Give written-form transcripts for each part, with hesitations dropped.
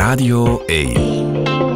Radio 1.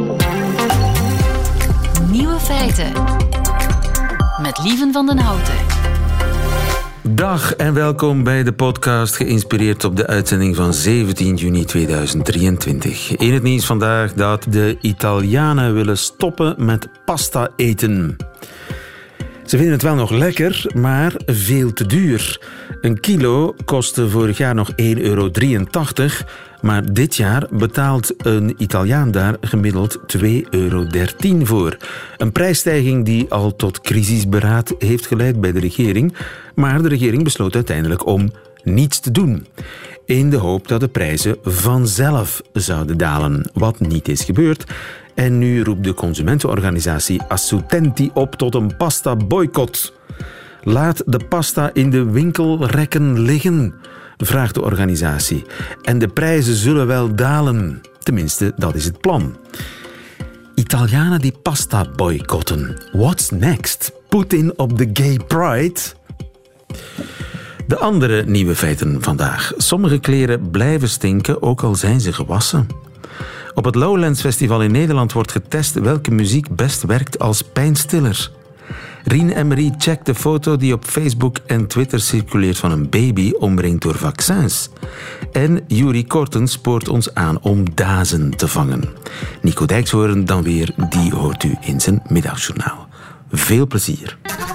Nieuwe feiten. Met Lieven van den Houten. Dag en welkom bij de podcast geïnspireerd op de uitzending van 17 juni 2023. In het nieuws vandaag dat de Italianen willen stoppen met pasta eten. Ze vinden het wel nog lekker, maar veel te duur. Een kilo kostte vorig jaar nog €1,83, maar dit jaar betaalt een Italiaan daar gemiddeld €2,13 voor. Een prijsstijging die al tot crisisberaad heeft geleid bij de regering, maar de regering besloot uiteindelijk om niets te doen. In de hoop dat de prijzen vanzelf zouden dalen, wat niet is gebeurd. En nu roept de consumentenorganisatie Assoutenti op tot een pasta-boycott. Laat de pasta in de winkelrekken liggen, vraagt de organisatie. En de prijzen zullen wel dalen. Tenminste, dat is het plan. Italianen die pasta boycotten. What's next? Poetin op de gay pride? De andere nieuwe feiten vandaag. Sommige kleren blijven stinken, ook al zijn ze gewassen. Op het Lowlands Festival in Nederland wordt getest welke muziek best werkt als pijnstiller. Rien Emery checkt de foto die op Facebook en Twitter circuleert van een baby omringd door vaccins. En Yuri Korten spoort ons aan om dazen te vangen. Nico Dijkshoorn dan weer, die hoort u in zijn middagjournaal. Veel plezier.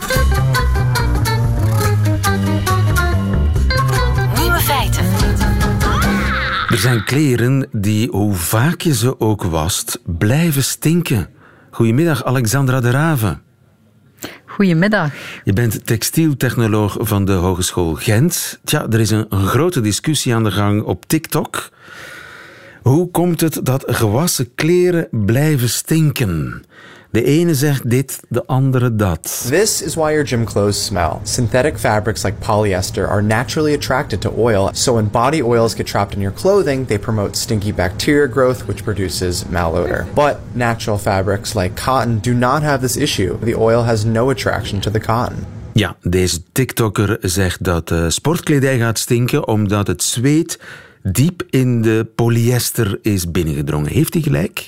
Nieuwe feiten. Er zijn kleren die, hoe vaak je ze ook wast, blijven stinken. Goedemiddag, Alexandra de Rave. Goedemiddag. Je bent textieltechnoloog van de Hogeschool Gent. Tja, er is een grote discussie aan de gang op TikTok. Hoe komt het dat gewassen kleren blijven stinken? De ene zegt dit, de andere dat. This is why your gym clothes smell. Synthetic fabrics like polyester are naturally attracted to oil, so when body oils get trapped in your clothing, they promote stinky bacteria growth, which produces malodor. But natural fabrics like cotton do not have this issue. The oil has no attraction to the cotton. Ja, deze TikToker zegt dat sportkledij gaat stinken omdat het zweet diep in de polyester is binnengedrongen. Heeft hij gelijk?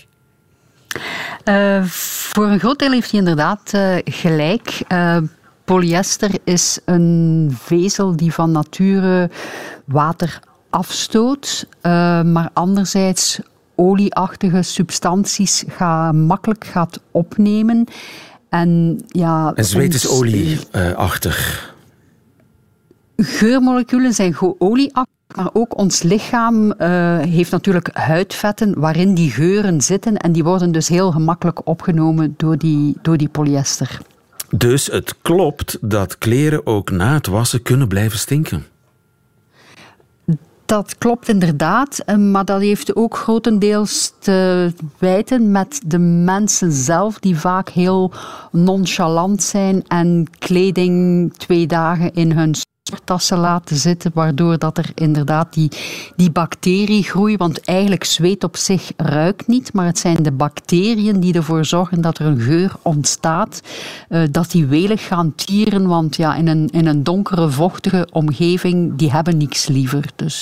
Voor een groot deel heeft hij inderdaad gelijk. Polyester is een vezel die van nature water afstoot, maar anderzijds olieachtige substanties makkelijk gaat opnemen. En zweet is olieachtig. Geurmoleculen zijn olieachtig. Maar ook ons lichaam heeft natuurlijk huidvetten waarin die geuren zitten en die worden dus heel gemakkelijk opgenomen door die polyester. Dus het klopt dat kleren ook na het wassen kunnen blijven stinken? Dat klopt inderdaad, maar dat heeft ook grotendeels te wijten met de mensen zelf die vaak heel nonchalant zijn en kleding 2 dagen in hun tassen laten zitten, waardoor dat er inderdaad die bacteriegroei, want eigenlijk zweet op zich ruikt niet, maar het zijn de bacteriën die ervoor zorgen dat er een geur ontstaat, dat die welig gaan tieren, want ja, in een donkere, vochtige omgeving, die hebben niks liever.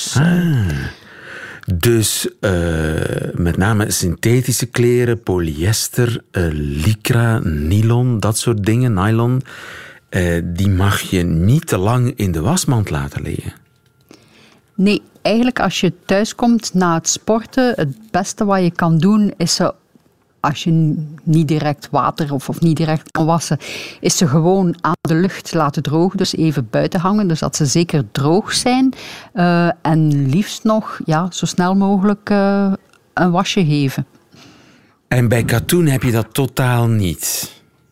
Dus met name synthetische kleren, polyester, lycra, nylon, dat soort dingen, nylon, die mag je niet te lang in de wasmand laten liggen. Nee, eigenlijk als je thuis komt na het sporten, het beste wat je kan doen is ze, als je niet direct water of niet direct kan wassen, is ze gewoon aan de lucht laten drogen, dus even buiten hangen, dus dat ze zeker droog zijn. En liefst nog zo snel mogelijk een wasje geven. En bij katoen heb je dat totaal niet?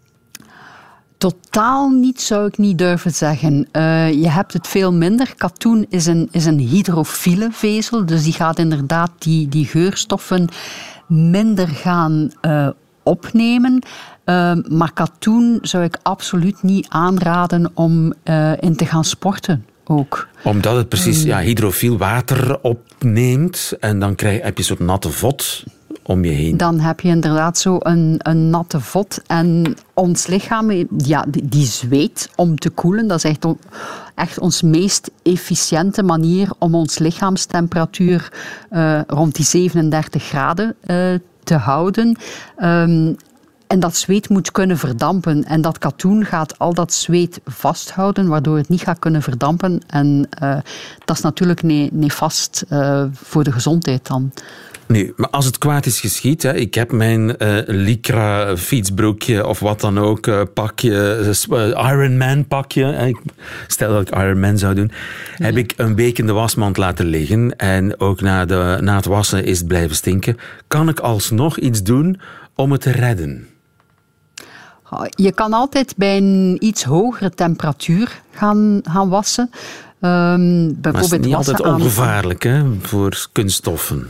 Totaal niet, zou ik niet durven zeggen. Je hebt het veel minder. Katoen is een hydrofiele vezel, dus die gaat inderdaad die geurstoffen minder gaan opnemen. Maar katoen zou ik absoluut niet aanraden om in te gaan sporten ook. Omdat het precies hydrofiel water opneemt en dan heb je zo'n natte vod om je heen. Dan heb je inderdaad zo een natte vod. En ons lichaam, die zweet om te koelen. Dat is echt ons meest efficiënte manier om ons lichaamstemperatuur rond die 37 graden te houden. En dat zweet moet kunnen verdampen. En dat katoen gaat al dat zweet vasthouden, waardoor het niet gaat kunnen verdampen. En dat is natuurlijk nefast voor de gezondheid dan. Nee, maar als het kwaad is geschied, hè, ik heb mijn lycra fietsbroekje of wat dan ook, pakje, Ironman pakje, stel dat ik Ironman zou doen, heb ik een week in de wasmand laten liggen en ook na het wassen is het blijven stinken. Kan ik alsnog iets doen om het te redden? Je kan altijd bij een iets hogere temperatuur gaan wassen. Maar het is niet altijd ongevaarlijk voor kunststoffen.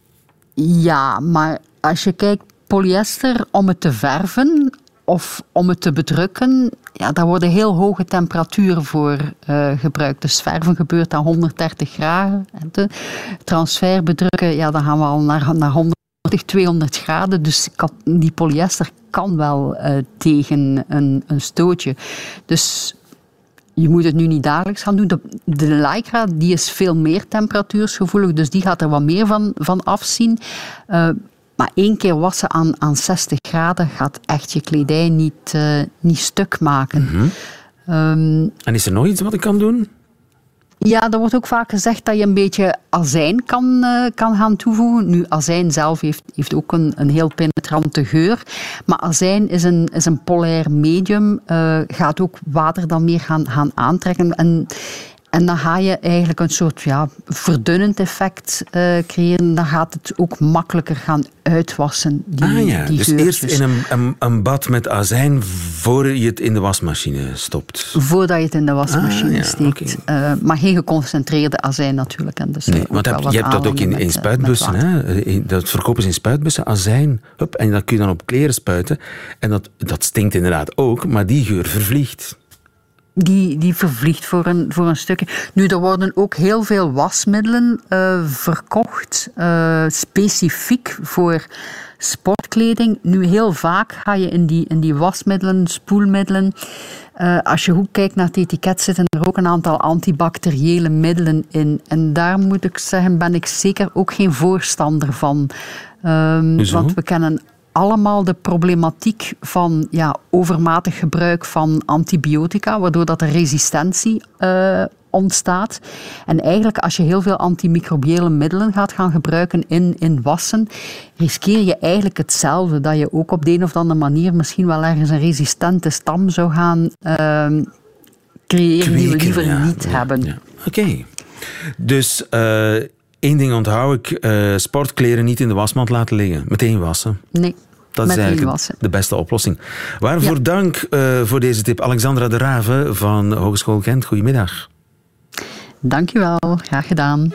Ja, maar als je kijkt, polyester, om het te verven of om het te bedrukken, daar worden heel hoge temperaturen voor gebruikt. Dus verven gebeurt aan 130 graden. Transfer bedrukken, dan gaan we al naar 100, 200 graden. Dus die polyester kan wel tegen een stootje. Dus je moet het nu niet dagelijks gaan doen. De lycra die is veel meer temperatuursgevoelig, dus die gaat er wat meer van afzien. Maar 1 keer wassen aan 60 graden gaat echt je kledij niet stuk maken. Mm-hmm. En is er nog iets wat ik kan doen? Ja, er wordt ook vaak gezegd dat je een beetje azijn kan gaan toevoegen. Nu, azijn zelf heeft ook een heel penetrante geur. Maar azijn is een polair medium. Gaat ook water dan meer gaan aantrekken. En dan ga je eigenlijk een soort verdunnend effect creëren. Dan gaat het ook makkelijker gaan uitwassen, die dus geurtjes. Eerst in een bad met azijn voor je het in de wasmachine stopt. Voordat je het in de wasmachine steekt. Okay. Maar geen geconcentreerde azijn natuurlijk. En dus nee, want je hebt dat ook in spuitbussen. Hè? Dat verkopen ze in spuitbussen, azijn. En dat kun je dan op kleren spuiten. En dat stinkt inderdaad ook, maar die geur vervliegt. Die vervliegt voor een stukje. Nu, er worden ook heel veel wasmiddelen verkocht, specifiek voor sportkleding. Nu, heel vaak ga je in die wasmiddelen, spoelmiddelen. Als je goed kijkt naar het etiket, zitten er ook een aantal antibacteriële middelen in. En daar moet ik zeggen, ben ik zeker ook geen voorstander van. Want we kennen allemaal de problematiek van overmatig gebruik van antibiotica, waardoor dat er resistentie ontstaat. En eigenlijk, als je heel veel antimicrobiële middelen gaat gaan gebruiken in wassen, riskeer je eigenlijk hetzelfde, dat je ook op de een of andere manier misschien wel ergens een resistente stam zou gaan creëren die we liever niet hebben. Ja. Oké. Dus één ding onthoud ik, sportkleren niet in de wasmand laten liggen. Meteen wassen. Nee. Dat is eigenlijk de beste oplossing. Waarvoor dank voor deze tip. Alexandra de Rave van Hogeschool Gent. Goedemiddag. Dank u wel. Graag gedaan.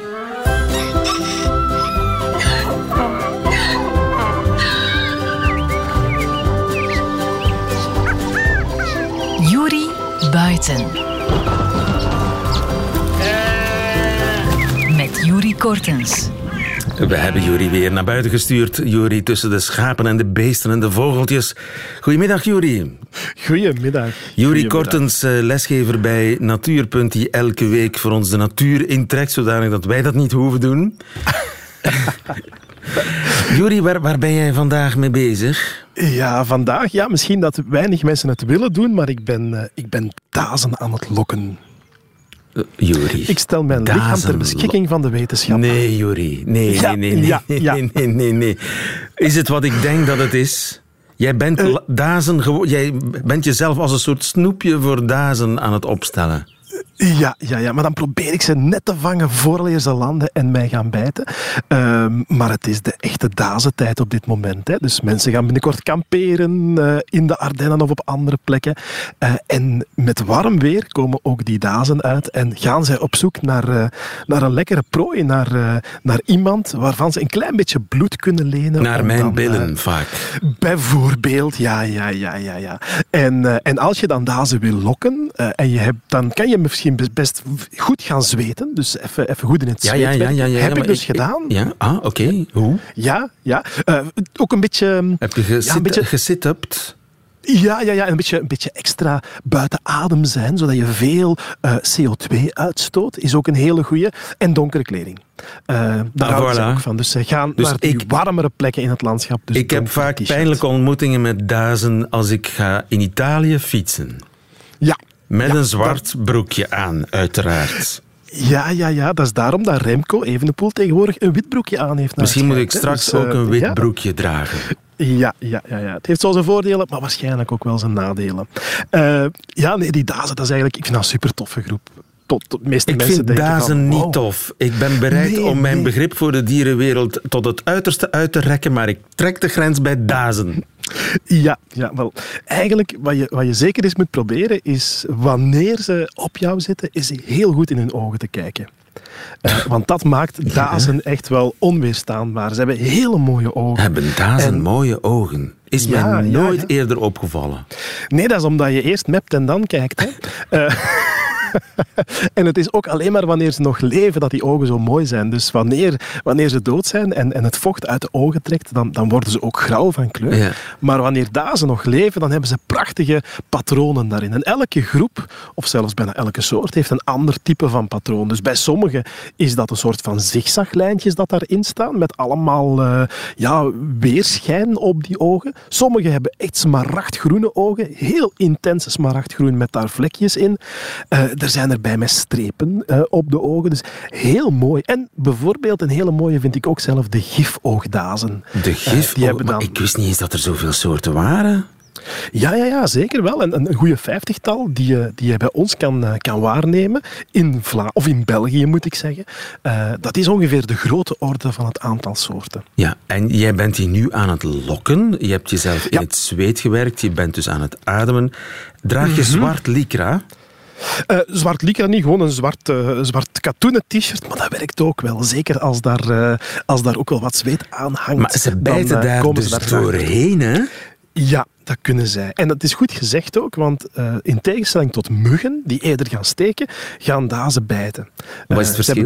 Yuri Buiten. Met Yuri Kortens. We hebben Yuri weer naar buiten gestuurd. Yuri tussen de schapen en de beesten en de vogeltjes. Goedemiddag, Yuri. Goedemiddag. Yuri Kortens, lesgever bij Natuurpunt, die elke week voor ons de natuur intrekt, zodanig dat wij dat niet hoeven doen. Yuri, waar ben jij vandaag mee bezig? Ja, vandaag, misschien dat weinig mensen het willen doen, maar ik ben dazen aan het lokken. Yuri. Ik stel mijn lichaam ter beschikking van de wetenschap. Nee, Yuri. Nee. Nee. Is het wat ik denk dat het is? Jij bent jij bent jezelf als een soort snoepje voor dazen aan het opstellen. Ja, maar dan probeer ik ze net te vangen vooraleer ze landen en mij gaan bijten. Maar het is de echte dazentijd op dit moment. Hè. Dus mensen gaan binnenkort kamperen in de Ardennen of op andere plekken. En met warm weer komen ook die dazen uit en gaan zij op zoek naar een lekkere prooi, naar iemand waarvan ze een klein beetje bloed kunnen lenen. Naar mijn billen vaak. Bijvoorbeeld, ja. En als je dan dazen wil lokken, dan kan je misschien misschien best goed gaan zweten. Dus even goed in het zweet werken. Heb ik dus gedaan. Ja, oké. Hoe? Ja. Ook een beetje... Heb je gesitupt? Ja, een beetje extra buiten adem zijn, zodat je veel CO2 uitstoot, is ook een hele goeie. En donkere kleding. Daar houden ze ook van. Dus ze gaan naar die warmere plekken in het landschap. Dus ik heb vaak pijnlijke ontmoetingen met dazen als ik ga in Italië fietsen. Ja. Met een zwart broekje aan, uiteraard. Ja, dat is daarom dat Remco Evenepoel tegenwoordig een wit broekje aan heeft. Misschien moet ik straks ook een wit broekje dragen. Ja. Het heeft zo zijn voordelen, maar waarschijnlijk ook wel zijn nadelen. Die dazen, dat is eigenlijk... Ik vind dat een super toffe groep. De meeste ik mensen vind dazen van, niet tof. Ik ben bereid om mijn begrip voor de dierenwereld tot het uiterste uit te rekken, maar ik trek de grens bij dazen. Ja, wel. Eigenlijk, wat je zeker eens moet proberen, is wanneer ze op jou zitten, is heel goed in hun ogen te kijken. Want dat maakt dazen echt wel onweerstaanbaar. Ze hebben hele mooie ogen. Hebben dazen mooie ogen? Is mij nooit eerder opgevallen. Nee, dat is omdat je eerst mept en dan kijkt. Hè. En het is ook alleen maar wanneer ze nog leven dat die ogen zo mooi zijn. Dus wanneer ze dood zijn en het vocht uit de ogen trekt, dan worden ze ook grauw van kleur. Ja. Maar wanneer dazen nog leven, dan hebben ze prachtige patronen daarin. En elke groep, of zelfs bijna elke soort, heeft een ander type van patroon. Dus bij sommigen is dat een soort van zigzaglijntjes dat daarin staan, met allemaal weerschijn op die ogen. Sommigen hebben echt smaragdgroene ogen, heel intens smaragdgroen met daar vlekjes in. Er zijn erbij met strepen op de ogen. Dus heel mooi. En bijvoorbeeld een hele mooie vind ik ook zelf de gifoogdazen. De gifoog? Ik wist niet eens dat er zoveel soorten waren. Ja, zeker wel. En een goede 50-tal die je bij ons kan waarnemen. Of in België, moet ik zeggen. Dat is ongeveer de grote orde van het aantal soorten. Ja, en jij bent die nu aan het lokken. Je hebt jezelf in het zweet gewerkt. Je bent dus aan het ademen. Draag je zwart lycra? Zwart lycra niet, gewoon een zwart katoenen t-shirt, maar dat werkt ook wel. Zeker als daar ook wel wat zweet aan hangt. Maar ze bijten daar dus doorheen, hè? Ja, dat kunnen zij. En dat is goed gezegd ook, want in tegenstelling tot muggen, die eerder gaan steken, gaan dazen bijten. Wat is het verschil?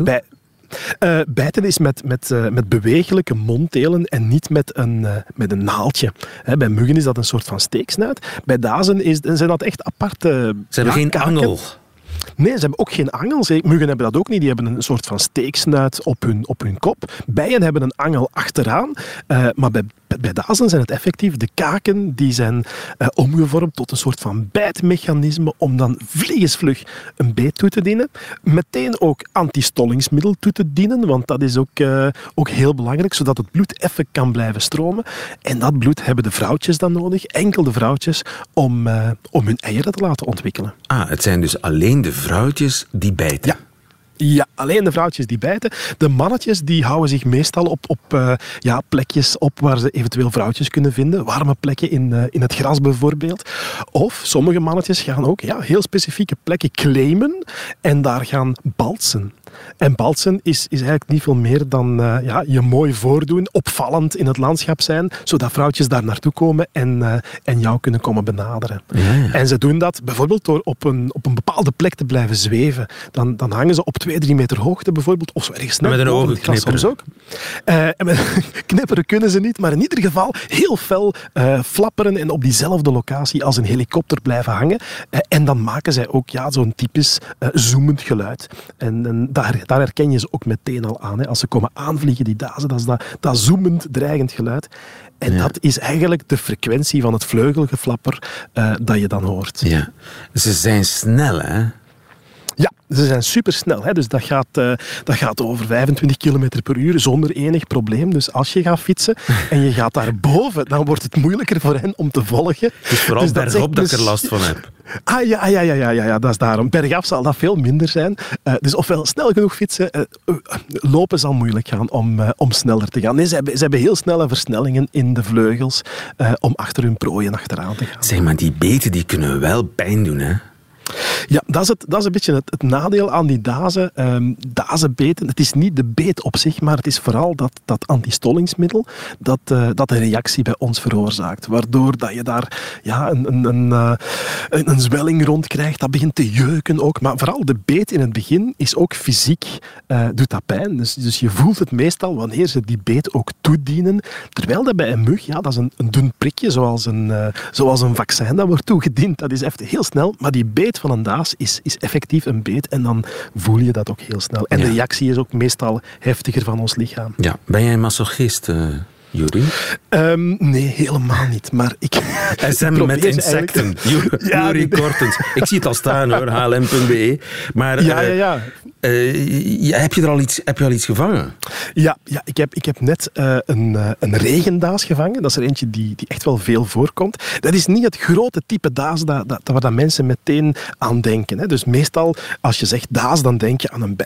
Bijten is met bewegelijke monddelen en niet met een naaldje. Bij muggen is dat een soort van steeksnuit. Bij dazen zijn dat echt aparte... Ze hebben geen kaken. angel. Nee, ze hebben ook geen angel. Muggen hebben dat ook niet. Die hebben een soort van steeksnuit op hun kop. Bijen hebben een angel achteraan. Maar bij dazen zijn het effectief de kaken die zijn omgevormd tot een soort van bijtmechanisme om dan vliegensvlug een beet toe te dienen. Meteen ook antistollingsmiddel toe te dienen, want dat is ook heel belangrijk, zodat het bloed even kan blijven stromen. En dat bloed hebben de vrouwtjes dan nodig, enkel de vrouwtjes, om hun eieren te laten ontwikkelen. Het zijn dus alleen de vrouwtjes die bijten? Ja, alleen de vrouwtjes die bijten. De mannetjes die houden zich meestal op plekjes op waar ze eventueel vrouwtjes kunnen vinden. Warme plekken in het gras bijvoorbeeld. Of sommige mannetjes gaan ook heel specifieke plekken claimen en daar gaan baltsen. En baltsen is eigenlijk niet veel meer dan je mooi voordoen, opvallend in het landschap zijn, zodat vrouwtjes daar naartoe komen en jou kunnen komen benaderen. Ja. En ze doen dat bijvoorbeeld door op een bepaalde plek te blijven zweven. Dan hangen ze op 2-3 meter hoogte bijvoorbeeld, of zo ergens net. Met hun ogen knipperen. Soms ook. Knipperen kunnen ze niet, maar in ieder geval heel fel flapperen en op diezelfde locatie als een helikopter blijven hangen. En dan maken zij ook zo'n typisch zoemend geluid. En daar herken je ze ook meteen al aan. Hè. Als ze komen aanvliegen, die dazen, dat is dat zoemend, dreigend geluid. En dat is eigenlijk de frequentie van het vleugelgeflapper dat je dan hoort. Ja. Ze zijn snel, hè? Ja, ze zijn supersnel. Hè? Dus dat gaat over 25 km per uur zonder enig probleem. Dus als je gaat fietsen en je gaat daarboven, dan wordt het moeilijker voor hen om te volgen. Dus vooral bergop dat ik er last van heb. Ja, dat is daarom. Bergaf zal dat veel minder zijn. Dus ofwel snel genoeg fietsen, lopen zal moeilijk gaan om sneller te gaan. Nee, ze hebben heel snelle versnellingen in de vleugels om achter hun prooien achteraan te gaan. Zeg maar, die beten die kunnen wel pijn doen, hè? Ja, dat is een beetje het nadeel aan die dazen. Dazenbeten, het is niet de beet op zich, maar het is vooral dat antistollingsmiddel dat een reactie bij ons veroorzaakt. Waardoor dat je daar een zwelling rond krijgt, dat begint te jeuken ook. Maar vooral de beet in het begin is ook fysiek, doet dat pijn. Dus je voelt het meestal wanneer ze die beet ook toedienen. Terwijl dat bij een mug, dat is een dun prikje, zoals een vaccin dat wordt toegediend. Dat is echt heel snel, maar die beet van een daas is effectief een beet en dan voel je dat ook heel snel. En de reactie is ook meestal heftiger van ons lichaam. Ja. Ben jij een masochist, Juri? Nee, helemaal niet. Maar SM met insecten. Juri Kortens. Ik zie het al staan hoor, hlm.be. Maar heb je al iets gevangen? Ja, ik heb net een regendaas gevangen. Dat is er eentje die echt wel veel voorkomt. Dat is niet het grote type daas waar dat mensen meteen aan denken. Hè. Dus meestal, als je zegt daas, dan denk je aan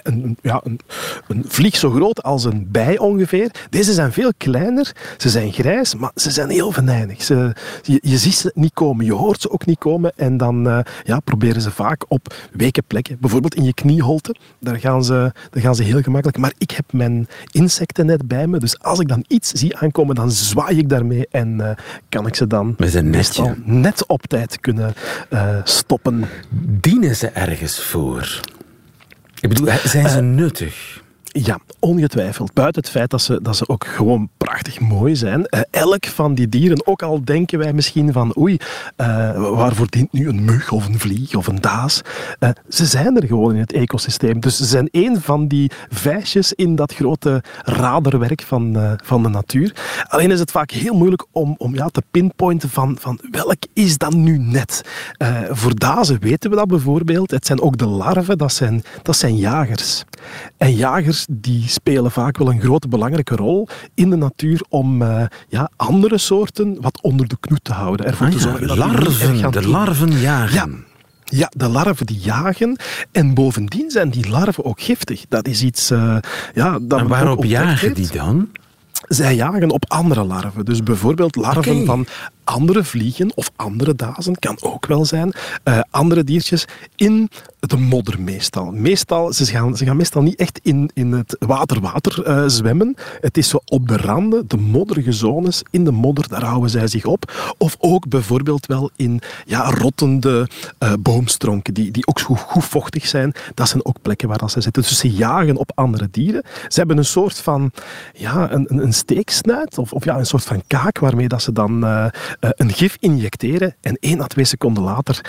een vlieg zo groot als een bij ongeveer. Deze zijn veel kleiner. Ze zijn grijs, maar ze zijn heel venijnig. Je ziet ze niet komen, je hoort ze ook niet komen. En dan proberen ze vaak op weke plekken. Bijvoorbeeld in je knieholte. Daar gaan ze heel gemakkelijk. Maar ik heb mijn insectennet bij me. Dus als ik dan iets zie aankomen, dan zwaai ik daarmee. En kan ik ze dan met een netje net op tijd kunnen stoppen. Dienen ze ergens voor? Ik bedoel, zijn ze nuttig? Ja, ongetwijfeld. Buiten het feit dat ze ook gewoon prachtig mooi zijn. Elk van die dieren, ook al denken wij misschien van waarvoor dient nu een mug of een vlieg of een daas? Ze zijn er gewoon in het ecosysteem. Dus ze zijn één van die vijsjes in dat grote raderwerk van de natuur. Alleen is het vaak heel moeilijk om te pinpointen van welk is dat nu net? Voor dazen weten we dat bijvoorbeeld. Het zijn ook de larven, dat zijn jagers. En jagers die spelen vaak wel een grote belangrijke rol in de natuur om andere soorten wat onder de knoet te houden. Ervoor te zorgen dat de larven jagen. Ja, de larven die jagen. En bovendien zijn die larven ook giftig. Dat is iets dat en waarop jagen die dan? Zij jagen op andere larven. Dus bijvoorbeeld larven van andere vliegen of andere dazen, kan ook wel zijn. Andere diertjes in de modder meestal. Ze gaan meestal niet echt in het water zwemmen. Het is zo op de randen, de modderige zones, in de modder, daar houden zij zich op. Of ook bijvoorbeeld wel in rottende boomstronken, die ook goed vochtig zijn. Dat zijn ook plekken waar ze zitten. Dus ze jagen op andere dieren. Ze hebben een soort van een steeksnuit of een soort van kaak waarmee dat ze dan een gif injecteren en 1 à 2 seconden later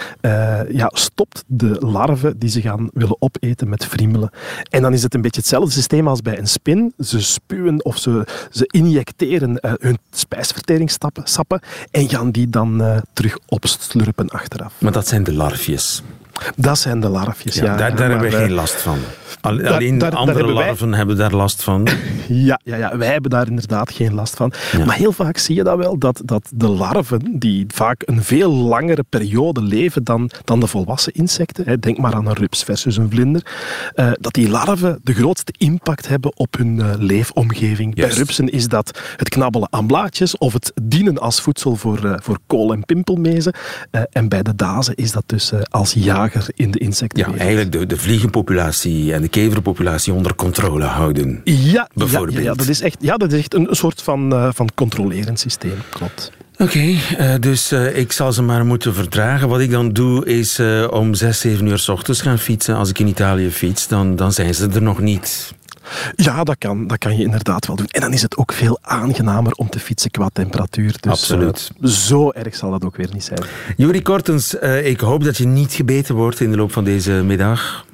stopt de larve die ze gaan willen opeten met friemelen. En dan is het een beetje hetzelfde systeem als bij een spin. Ze spuwen of ze injecteren hun spijsverteringssappen en gaan die dan terug opslurpen achteraf. Maar dat zijn de larfjes. Dat zijn de larfjes, ja. Daar hebben we geen last van. Alleen andere larven hebben daar last van. Ja, wij hebben daar inderdaad geen last van. Ja. Maar heel vaak zie je dat wel, dat de larven, die vaak een veel langere periode leven dan de volwassen insecten, denk maar aan een rups versus een vlinder, dat die larven de grootste impact hebben op hun leefomgeving. Yes. Bij rupsen is dat het knabbelen aan blaadjes of het dienen als voedsel voor kool- en pimpelmezen. En bij de dazen is dat dus als jager in de insectenwereld. Ja, eigenlijk de vliegenpopulatie en de keverpopulatie onder controle houden. Ja, dat is echt een soort van controlerend systeem, klopt. Oké, dus ik zal ze maar moeten vertragen. Wat ik dan doe is om 6-7 uur 's ochtends gaan fietsen. Als ik in Italië fiets, dan zijn ze er nog niet. Ja, dat kan je inderdaad wel doen. En dan is het ook veel aangenamer om te fietsen qua temperatuur. Dus, absoluut. Zo erg zal dat ook weer niet zijn. Juri Kortens, ik hoop dat je niet gebeten wordt in de loop van deze middag.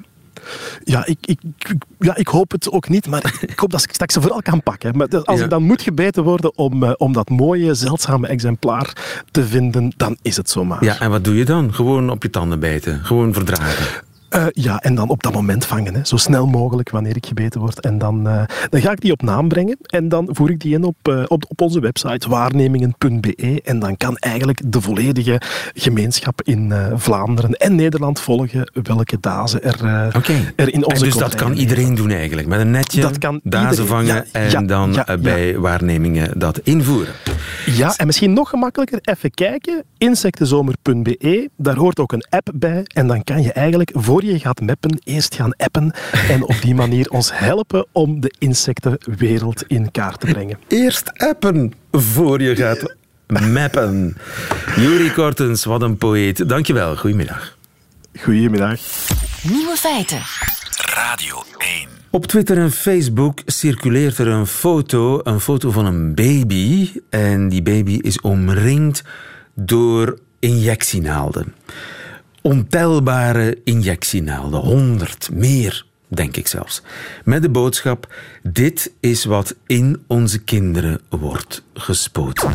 Ja, ik hoop het ook niet, maar ik hoop dat ik ze vooral kan pakken. Maar als ik dan moet gebeten worden om dat mooie, zeldzame exemplaar te vinden, dan is het zomaar. Ja, en wat doe je dan? Gewoon op je tanden bijten? Gewoon verdragen? Ja, en dan op dat moment vangen. Hè. Zo snel mogelijk wanneer ik gebeten word. En dan ga ik die op naam brengen. En dan voer ik die in op onze website waarnemingen.be. En dan kan eigenlijk de volledige gemeenschap in Vlaanderen en Nederland volgen welke dazen er in onze dus dat kan iedereen doen eigenlijk. Met een netje dat kan dazen vangen en dan bij waarnemingen dat invoeren. Ja, en misschien nog gemakkelijker, even kijken. Insectenzomer.be, daar hoort ook een app bij. En dan kan je eigenlijk, voor je gaat mappen, eerst gaan appen. En op die manier ons helpen om de insectenwereld in kaart te brengen. Eerst appen voor je gaat mappen. Juri Kortens, wat een poëet. Dankjewel, goedemiddag. Goedemiddag. Nieuwe feiten. Radio 1. Op Twitter en Facebook circuleert er een foto van een baby. En die baby is omringd door injectienaalden. Ontelbare injectienaalden, 100, meer, denk ik zelfs. Met de boodschap, dit is wat in onze kinderen wordt gespoten.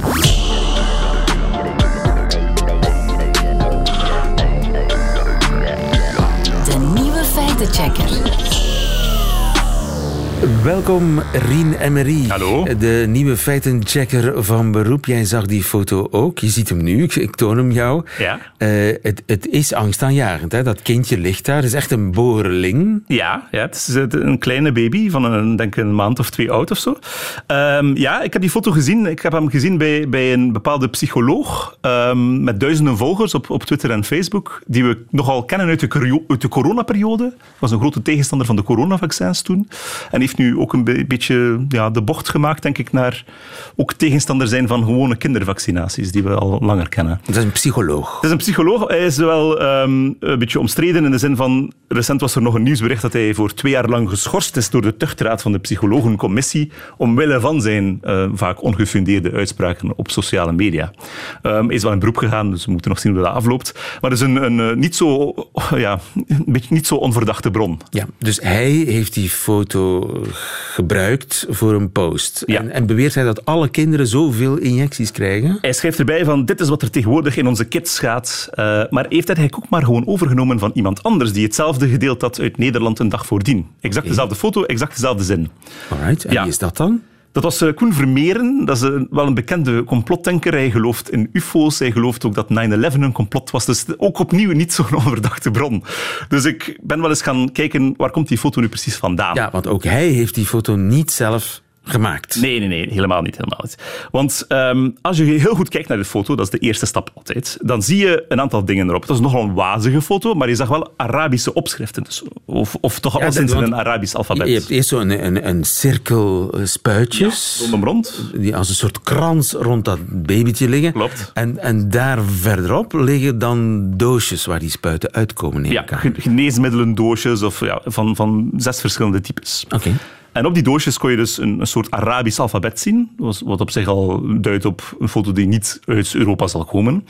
De nieuwe feitenchecker. Welkom, Rien Emery. Hallo. De nieuwe feitenchecker van beroep. Jij zag die foto ook. Je ziet hem nu. Ik toon hem jou. Ja. Het is angstaanjagend. Hè? Dat kindje ligt daar. Het is echt een boreling. Ja, het is een kleine baby van denk een maand of 2 oud of zo. Ik heb die foto gezien. Ik heb hem gezien bij een bepaalde psycholoog met duizenden volgers op Twitter en Facebook, die we nogal kennen uit de coronaperiode. Hij was een grote tegenstander van de coronavaccins toen. En heeft nu ook een beetje de bocht gemaakt, denk ik, naar ook tegenstander zijn van gewone kindervaccinaties, die we al langer kennen. Dat is een psycholoog. Het is een psycholoog. Hij is wel een beetje omstreden in de zin van, recent was er nog een nieuwsbericht dat hij voor 2 jaar lang geschorst is door de tuchtraad van de psychologencommissie omwille van zijn vaak ongefundeerde uitspraken op sociale media. Hij is wel in beroep gegaan, dus we moeten nog zien hoe dat afloopt. Maar het is een niet zo onverdachte bron. Ja, dus hij heeft die foto gebruikt voor een post. Ja. En beweert hij dat alle kinderen zoveel injecties krijgen? Hij schrijft erbij van, dit is wat er tegenwoordig in onze kids gaat. Maar heeft hij ook maar gewoon overgenomen van iemand anders die hetzelfde gedeeld had uit Nederland een dag voordien. Exact dezelfde foto, exact dezelfde zin. Alright, en wie is dat dan? Dat was Koen Vermeeren, dat is wel een bekende complotdenker. Hij gelooft in ufo's, hij gelooft ook dat 9/11 een complot was. Dus ook opnieuw niet zo'n onverdachte bron. Dus ik ben wel eens gaan kijken, waar komt die foto nu precies vandaan? Ja, want ook hij heeft die foto niet zelf gemaakt. Nee, helemaal niet. Want als je heel goed kijkt naar de foto, dat is de eerste stap altijd, dan zie je een aantal dingen erop. Dat is nogal een wazige foto, maar je zag wel Arabische opschriften. Dus, of toch alleszins in een Arabisch alfabet. Je hebt eerst zo een cirkel spuitjes. Ja, rond. Die als een soort krans rond dat babytje liggen. Klopt. En daar verderop liggen dan doosjes waar die spuiten uitkomen. Ja, geneesmiddelendoosjes van 6 verschillende types. Oké. En op die doosjes kon je dus een soort Arabisch alfabet zien, wat op zich al duidt op een foto die niet uit Europa zal komen.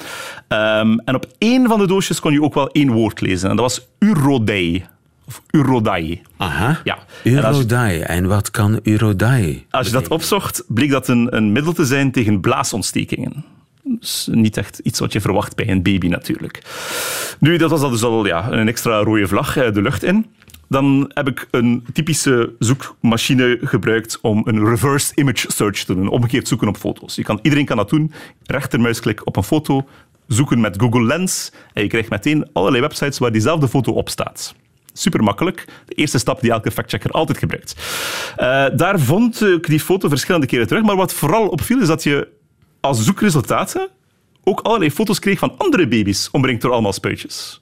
En op 1 van de doosjes kon je ook wel 1 woord lezen. En dat was Urodai. Of Urodai. Aha, ja. Urodai. En wat kan Urodai? Als je dat opzocht, bleek dat een middel te zijn tegen blaasontstekingen. Dus niet echt iets wat je verwacht bij een baby natuurlijk. Nu, dat was al dus al een extra rode vlag de lucht in. Dan heb ik een typische zoekmachine gebruikt om een reverse image search te doen, omgekeerd zoeken op foto's. Iedereen kan dat doen. Rechtermuisklik op een foto, zoeken met Google Lens en je krijgt meteen allerlei websites waar diezelfde foto op staat. Super makkelijk. De eerste stap die elke factchecker altijd gebruikt. Daar vond ik die foto verschillende keren terug, maar wat vooral opviel is dat je als zoekresultaten ook allerlei foto's kreeg van andere baby's omringd door allemaal spuitjes.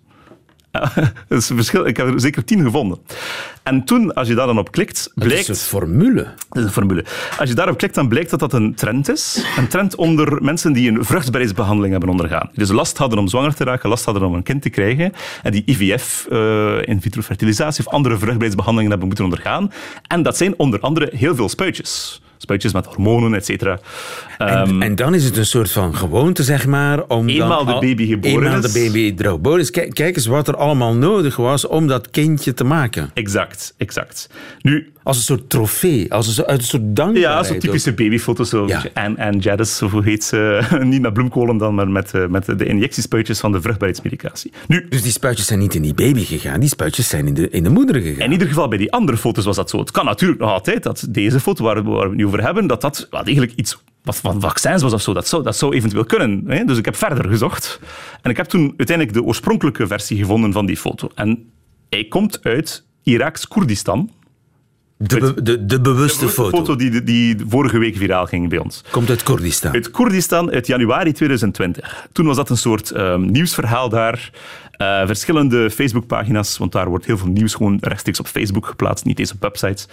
Dat is een verschil. Ik heb er zeker 10 gevonden. En toen, als je daar dan op klikt, blijkt... Dat is een formule. Dat is een formule. Als je daarop klikt, dan blijkt dat dat een trend is. Een trend onder mensen die een vruchtbaarheidsbehandeling hebben ondergaan. Die dus last hadden om zwanger te raken, last hadden om een kind te krijgen. En die IVF, in vitro fertilisatie of andere vruchtbaarheidsbehandelingen hebben moeten ondergaan. En dat zijn onder andere heel veel spuitjes. Spuitjes met hormonen, et cetera. En dan is het een soort van gewoonte, zeg maar. Om eenmaal de baby geboren is. De baby er geboren is. Kijk eens wat er allemaal nodig was om dat kindje te maken. Exact. Nu, als een soort trofee, uit een soort dankbaarheid. Ja, zo'n typische babyfoto's. Zo. Ja. Anne Jadis, hoe heet ze? Niet met bloemkolen dan, maar met de injectiespuitjes van de vruchtbaarheidsmedicatie. Nu, dus die spuitjes zijn niet in die baby gegaan, die spuitjes zijn in de moeder gegaan. In ieder geval bij die andere foto's was dat zo. Het kan natuurlijk nog altijd dat deze foto waar we het nu over hebben, dat eigenlijk iets wat van vaccins was of zo. Dat zou eventueel kunnen. Hè? Dus ik heb verder gezocht. En ik heb toen uiteindelijk de oorspronkelijke versie gevonden van die foto. En hij komt uit Iraks Koerdistan. De bewuste foto die vorige week viraal ging bij ons. Komt uit Koerdistan. Uit Koerdistan, uit januari 2020. Toen was dat een soort nieuwsverhaal daar. Verschillende Facebookpagina's, want daar wordt heel veel nieuws gewoon rechtstreeks op Facebook geplaatst, niet eens op websites.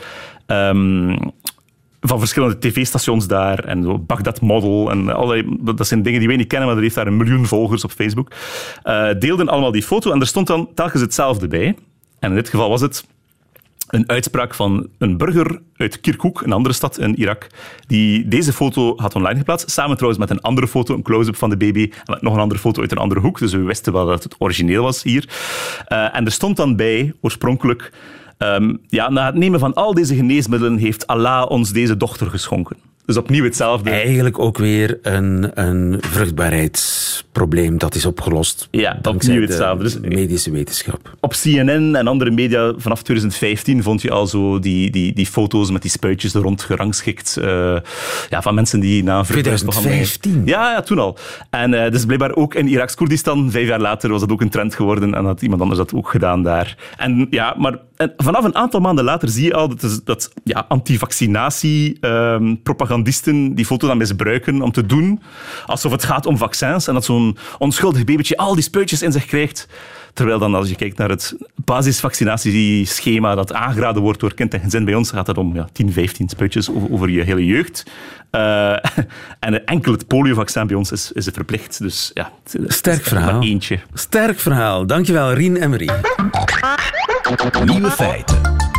Van verschillende tv-stations daar en zo, Baghdad Model en allerlei, dat zijn dingen die wij niet kennen, maar er heeft daar 1 miljoen volgers op Facebook. Deelden allemaal die foto en er stond dan telkens hetzelfde bij. En in dit geval was het een uitspraak van een burger uit Kirkuk, een andere stad in Irak, die deze foto had online geplaatst. Samen trouwens met een andere foto, een close-up van de baby, en met nog een andere foto uit een andere hoek. Dus we wisten wel dat het origineel was hier. En er stond dan bij, oorspronkelijk, na het nemen van al deze geneesmiddelen heeft Allah ons deze dochter geschonken. Dus opnieuw hetzelfde. Eigenlijk ook weer een vruchtbaarheidsprobleem dat is opgelost. Ja, opnieuw hetzelfde. Dus medische wetenschap. Op CNN en andere media vanaf 2015 vond je al zo die foto's met die spuitjes er rond gerangschikt. Van mensen die na een 2015? Ja, toen al. En dus blijkbaar ook in Iraks Koerdistan, 5 jaar later, was dat ook een trend geworden en had iemand anders dat ook gedaan daar. En ja, maar vanaf een aantal maanden later zie je al dat anti-vaccinatie propagandisten die foto dan misbruiken om te doen alsof het gaat om vaccins en dat zo'n onschuldig babytje al die spuitjes in zich krijgt. Terwijl dan, als je kijkt naar het basisvaccinatieschema dat aangeraden wordt door kind en gezin bij ons, gaat het om 10, 15 spuitjes over je hele jeugd. En enkel het poliovaccin bij ons is het verplicht. Dus ja, sterk verhaal. Maar eentje. Sterk verhaal. Dankjewel, Rien en Marie. Nieuwe feiten.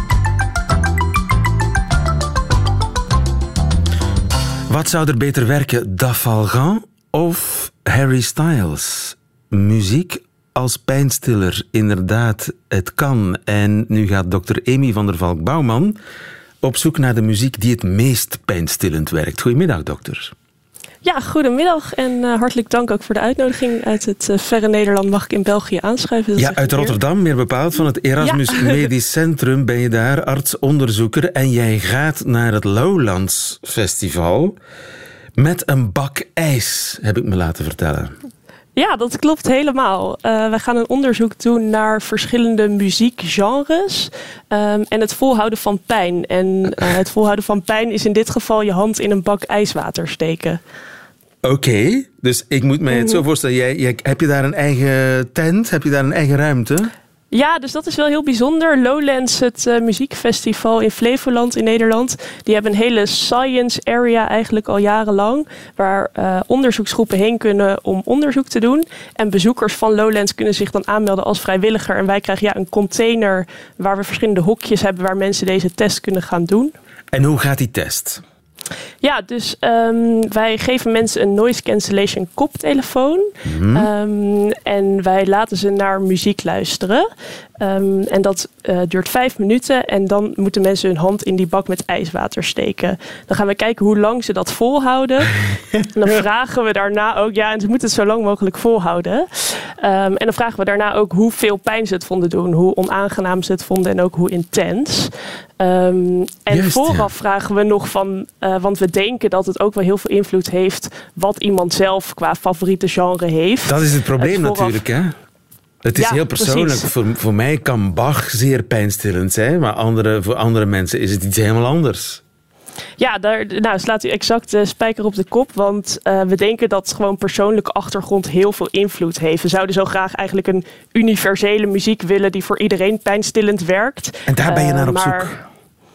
Wat zou er beter werken, Dafalgan of Harry Styles? Muziek als pijnstiller, inderdaad, het kan. En nu gaat dokter Amy van der Valk-Bouwman op zoek naar de muziek die het meest pijnstillend werkt. Goedemiddag, dokter. Ja, goedemiddag en hartelijk dank ook voor de uitnodiging. Uit het verre Nederland mag ik in België aanschuiven. Ja, uit Rotterdam, meer bepaald, van het Erasmus Medisch Centrum ben je daar, arts-onderzoeker. En jij gaat naar het Lowlands Festival met een bak ijs, heb ik me laten vertellen. Ja, dat klopt helemaal. Wij gaan een onderzoek doen naar verschillende muziekgenres en het volhouden van pijn. En het volhouden van pijn is in dit geval je hand in een bak ijswater steken. Oké, dus ik moet mij het zo voorstellen. Heb je daar een eigen tent? Heb je daar een eigen ruimte? Ja, dus dat is wel heel bijzonder. Lowlands, het muziekfestival in Flevoland in Nederland, die hebben een hele science area eigenlijk al jarenlang, waar onderzoeksgroepen heen kunnen om onderzoek te doen. En bezoekers van Lowlands kunnen zich dan aanmelden als vrijwilliger. En wij krijgen een container waar we verschillende hokjes hebben waar mensen deze test kunnen gaan doen. En hoe gaat die test? Ja, dus wij geven mensen een noise cancellation koptelefoon. En wij laten ze naar muziek luisteren. En dat duurt 5 minuten. En dan moeten mensen hun hand in die bak met ijswater steken. Dan gaan we kijken hoe lang ze dat volhouden. En dan vragen we daarna ook... Ja, en ze moeten het zo lang mogelijk volhouden. En dan vragen we daarna ook hoeveel pijn ze het vonden doen. Hoe onaangenaam ze het vonden en ook hoe intens. En juist, vooraf vragen we nog van... want we denken dat het ook wel heel veel invloed heeft... wat iemand zelf qua favoriete genre heeft. Dat is het probleem natuurlijk, hè? Het is heel persoonlijk. Voor mij kan Bach zeer pijnstillend zijn, maar voor andere mensen is het iets helemaal anders. Ja, slaat u exact de spijker op de kop, want we denken dat gewoon persoonlijke achtergrond heel veel invloed heeft. We zouden zo graag eigenlijk een universele muziek willen die voor iedereen pijnstillend werkt. En daar ben je naar op zoek?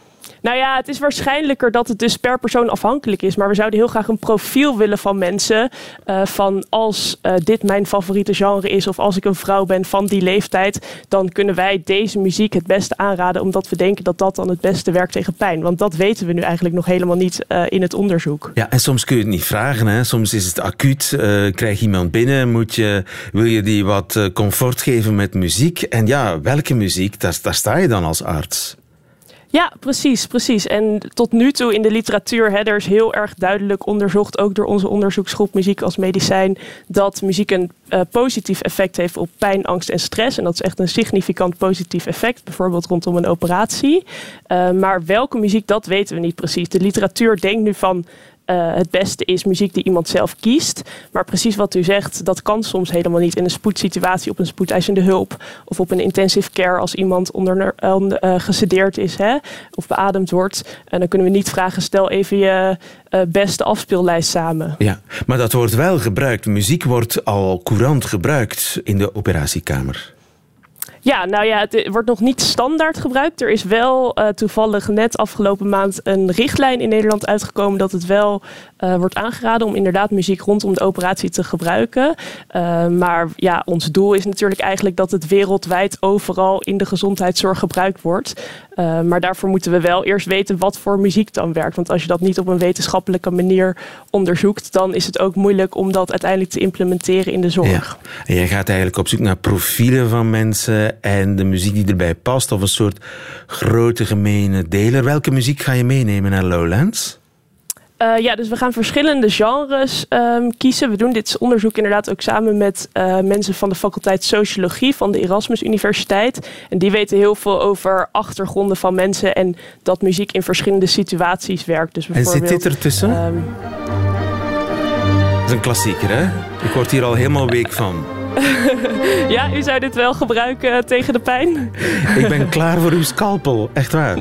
Nou ja, het is waarschijnlijker dat het dus per persoon afhankelijk is. Maar we zouden heel graag een profiel willen van mensen. Van als dit mijn favoriete genre is, of als ik een vrouw ben van die leeftijd, dan kunnen wij deze muziek het beste aanraden, omdat we denken dat dat dan het beste werkt tegen pijn. Want dat weten we nu eigenlijk nog helemaal niet in het onderzoek. Ja, en soms kun je het niet vragen. Hè? Soms is het acuut. Krijg je iemand binnen? Wil je die wat comfort geven met muziek? En ja, welke muziek? Daar sta je dan als arts. Ja, precies. En tot nu toe in de literatuur, er is heel erg duidelijk onderzocht, ook door onze onderzoeksgroep Muziek als Medicijn, dat muziek een positief effect heeft op pijn, angst en stress. En dat is echt een significant positief effect, bijvoorbeeld rondom een operatie. Maar welke muziek, dat weten we niet precies. De literatuur denkt nu van het beste is muziek die iemand zelf kiest. Maar precies wat u zegt, dat kan soms helemaal niet in een spoedsituatie, op een spoedeisende hulp of op een intensive care als iemand gesedeerd is of beademd wordt. En dan kunnen we niet vragen, stel even je beste afspeellijst samen. Ja, maar dat wordt wel gebruikt. Muziek wordt al courant gebruikt in de operatiekamer. Ja, nou ja, het wordt nog niet standaard gebruikt. Er is wel toevallig net afgelopen maand een richtlijn in Nederland uitgekomen dat het wel wordt aangeraden om inderdaad muziek rondom de operatie te gebruiken. Maar ja, ons doel is natuurlijk eigenlijk dat het wereldwijd overal in de gezondheidszorg gebruikt wordt. Maar daarvoor moeten we wel eerst weten wat voor muziek dan werkt. Want als je dat niet op een wetenschappelijke manier onderzoekt, dan is het ook moeilijk om dat uiteindelijk te implementeren in de zorg. Ja. En jij gaat eigenlijk op zoek naar profielen van mensen en de muziek die erbij past, of een soort grote gemene deler. Welke muziek ga je meenemen naar Lowlands? Dus we gaan verschillende genres kiezen. We doen dit onderzoek inderdaad ook samen met mensen van de faculteit Sociologie van de Erasmus Universiteit. En die weten heel veel over achtergronden van mensen en dat muziek in verschillende situaties werkt. Dus en zit dit ertussen? Dat is een klassieker, hè? Ik word hier al helemaal week van. Ja, u zou dit wel gebruiken tegen de pijn? Ik ben klaar voor uw scalpel, echt waar.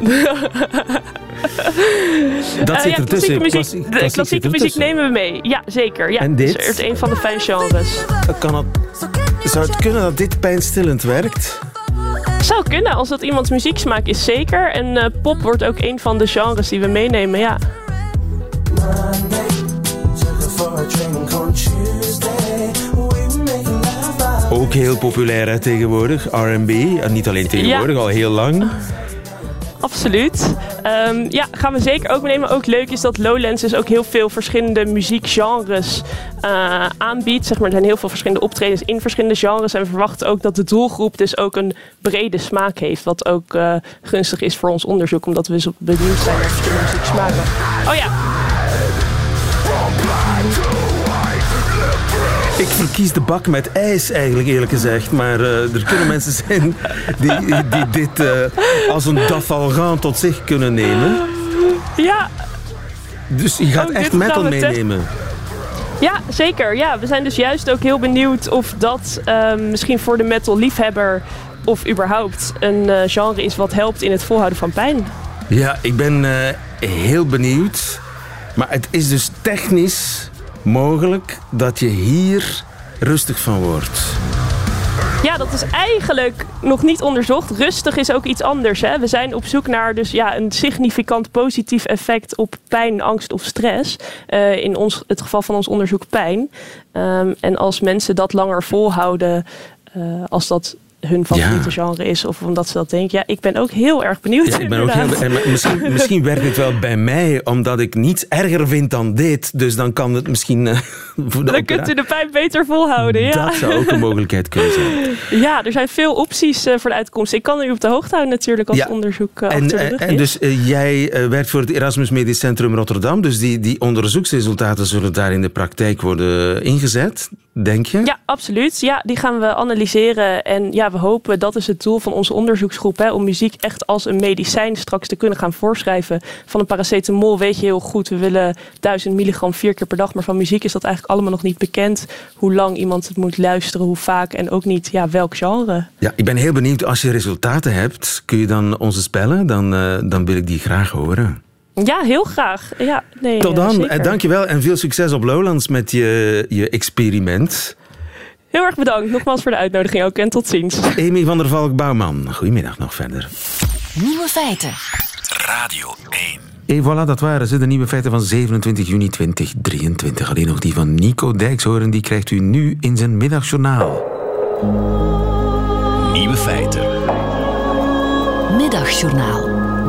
Dat zit ertussen. Klassieke muziek nemen we mee. Ja, zeker. Ja, en dit? Dat is een van de fangenres. Zou het kunnen dat dit pijnstillend werkt? Zou kunnen, als dat iemands muzieksmaak is, zeker. En pop wordt ook een van de genres die we meenemen, ja. Ook heel populair hè, tegenwoordig, R&B. En niet alleen tegenwoordig, al heel lang. Absoluut. Gaan we zeker ook meenemen. Ook leuk is dat Lowlands dus ook heel veel verschillende muziekgenres aanbiedt. Zeg maar, er zijn heel veel verschillende optredens in verschillende genres. En we verwachten ook dat de doelgroep dus ook een brede smaak heeft. Wat ook gunstig is voor ons onderzoek. Omdat we zo benieuwd zijn naar verschillende muzieksmaken. Oh ja. Ik verkies de bak met ijs eigenlijk, eerlijk gezegd. Maar er kunnen mensen zijn die dit als een dafalgan tot zich kunnen nemen. Ja. Dus je gaat echt metal meenemen. Ja, zeker. Ja, we zijn dus juist ook heel benieuwd of dat misschien voor de metal liefhebber of überhaupt een genre is wat helpt in het volhouden van pijn. Ja, ik ben heel benieuwd. Maar het is dus technisch mogelijk dat je hier rustig van wordt. Ja, dat is eigenlijk nog niet onderzocht. Rustig is ook iets anders. Hè? We zijn op zoek naar een significant positief effect op pijn, angst of stress. In het geval van ons onderzoek pijn. En als mensen dat langer volhouden, als dat hun favoriete genre is, of omdat ze dat denken. Ja, ik ben ook heel erg benieuwd. Ja, ik ben ook misschien werkt het wel bij mij, omdat ik niets erger vind dan dit. Dus dan kan het misschien dan kunt u de pijn beter volhouden. Ja. Dat zou ook een mogelijkheid kunnen zijn. Ja, er zijn veel opties voor de uitkomst. Ik kan u op de hoogte houden natuurlijk als het onderzoek achter de rug is. En dus jij werkt voor het Erasmus Medisch Centrum Rotterdam. Dus die onderzoeksresultaten zullen daar in de praktijk worden ingezet, denk je? Ja, absoluut. Ja, die gaan we analyseren. En ja, we hopen, dat is het doel van onze onderzoeksgroep, om muziek echt als een medicijn straks te kunnen gaan voorschrijven. Van een paracetamol weet je heel goed, we willen 1000 milligram 4 keer per dag. Maar van muziek is dat eigenlijk allemaal nog niet bekend. Hoe lang iemand het moet luisteren, hoe vaak en ook niet welk genre. Ja, ik ben heel benieuwd, als je resultaten hebt, kun je dan onze spellen? Dan wil ik die graag horen. Ja, heel graag. Ja, nee, tot dan. Zeker. Dankjewel en veel succes op Lowlands met je experiment. Heel erg bedankt. Nogmaals voor de uitnodiging ook en tot ziens. Amy van der Valk-Bouwman. Goedemiddag nog verder. Nieuwe feiten. Radio 1. En voilà, dat waren ze, de nieuwe feiten van 27 juni 2023. Alleen nog die van Nico Dijkshoorn, die krijgt u nu in zijn middagjournaal. Nieuwe feiten. Middagjournaal.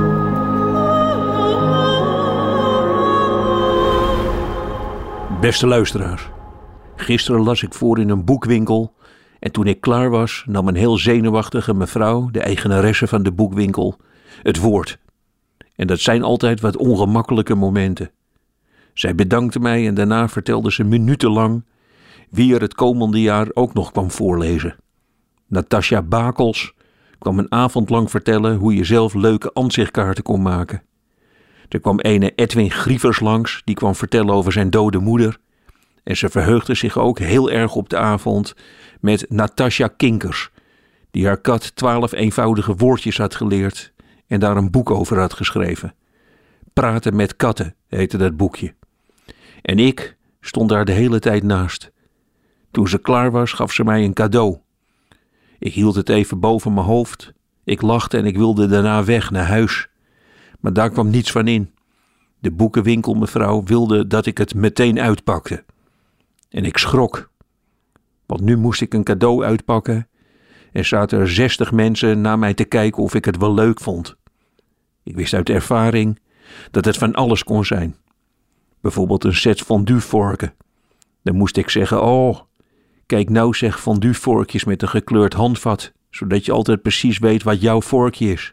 Beste luisteraars, gisteren las ik voor in een boekwinkel en toen ik klaar was nam een heel zenuwachtige mevrouw, de eigenaresse van de boekwinkel, het woord. En dat zijn altijd wat ongemakkelijke momenten. Zij bedankte mij en daarna vertelde ze minutenlang wie er het komende jaar ook nog kwam voorlezen. Natasja Bakels kwam een avond lang vertellen hoe je zelf leuke ansichtkaarten kon maken. Er kwam ene Edwin Grievers langs, die kwam vertellen over zijn dode moeder. En ze verheugde zich ook heel erg op de avond met Natasja Kinkers, die haar kat 12 eenvoudige woordjes had geleerd en daar een boek over had geschreven. Praten met katten heette dat boekje. En ik stond daar de hele tijd naast. Toen ze klaar was, gaf ze mij een cadeau. Ik hield het even boven mijn hoofd. Ik lachte en ik wilde daarna weg naar huis. Maar daar kwam niets van in. De boekenwinkelmevrouw wilde dat ik het meteen uitpakte. En ik schrok. Want nu moest ik een cadeau uitpakken en zaten er 60 mensen naar mij te kijken of ik het wel leuk vond. Ik wist uit ervaring dat het van alles kon zijn. Bijvoorbeeld een set fonduevorken. Dan moest ik zeggen, oh, kijk nou zeg fonduevorkjes met een gekleurd handvat, zodat je altijd precies weet wat jouw vorkje is.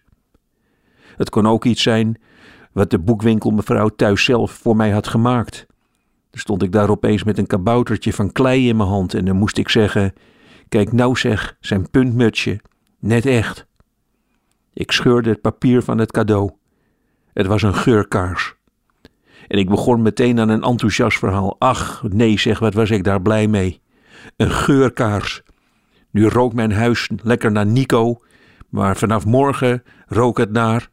Het kon ook iets zijn wat de boekwinkelmevrouw thuis zelf voor mij had gemaakt. Dan stond ik daar opeens met een kaboutertje van klei in mijn hand en dan moest ik zeggen, kijk nou zeg, zijn puntmutsje, net echt. Ik scheurde het papier van het cadeau. Het was een geurkaars. En ik begon meteen aan een enthousiast verhaal. Ach, nee zeg, wat was ik daar blij mee. Een geurkaars. Nu rook mijn huis lekker naar Nico, maar vanaf morgen rook het naar...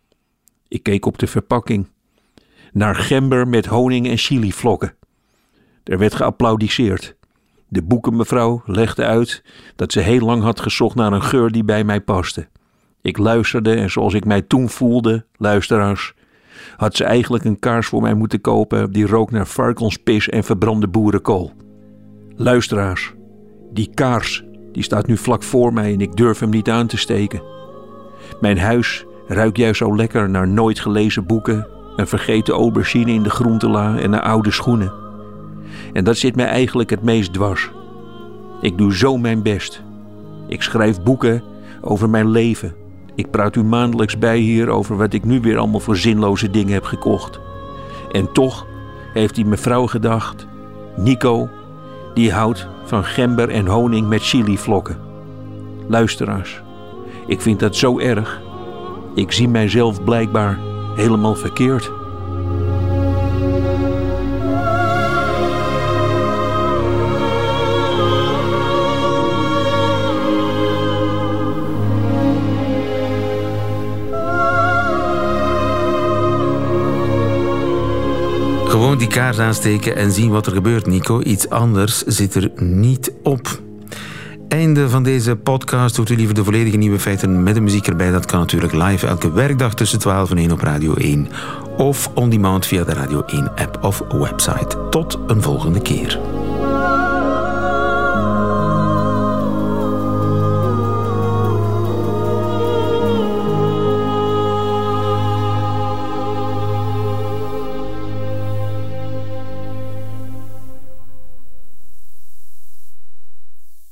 Ik keek op de verpakking. Naar gember met honing en chilivlokken. Er werd geapplaudiseerd. De boekenmevrouw legde uit dat ze heel lang had gezocht naar een geur die bij mij paste. Ik luisterde en zoals ik mij toen voelde, luisteraars, had ze eigenlijk een kaars voor mij moeten kopen die rook naar varkenspis en verbrande boerenkool. Luisteraars, die kaars die staat nu vlak voor mij en ik durf hem niet aan te steken. Mijn huis ruikt juist zo lekker naar nooit gelezen boeken, een vergeten aubergine in de groentela en naar oude schoenen. En dat zit mij eigenlijk het meest dwars. Ik doe zo mijn best. Ik schrijf boeken over mijn leven. Ik praat u maandelijks bij hier over wat ik nu weer allemaal voor zinloze dingen heb gekocht. En toch heeft die mevrouw gedacht, Nico, die houdt van gember en honing met chilivlokken. Luisteraars, ik vind dat zo erg. Ik zie mijzelf blijkbaar helemaal verkeerd. Gewoon die kaars aansteken en zien wat er gebeurt, Nico. Iets anders zit er niet op. Einde van deze podcast. Hoort u liever de volledige nieuwe feiten met de muziek erbij? Dat kan natuurlijk live elke werkdag tussen 12 en 1 op Radio 1. Of on demand via de Radio 1 app of website. Tot een volgende keer.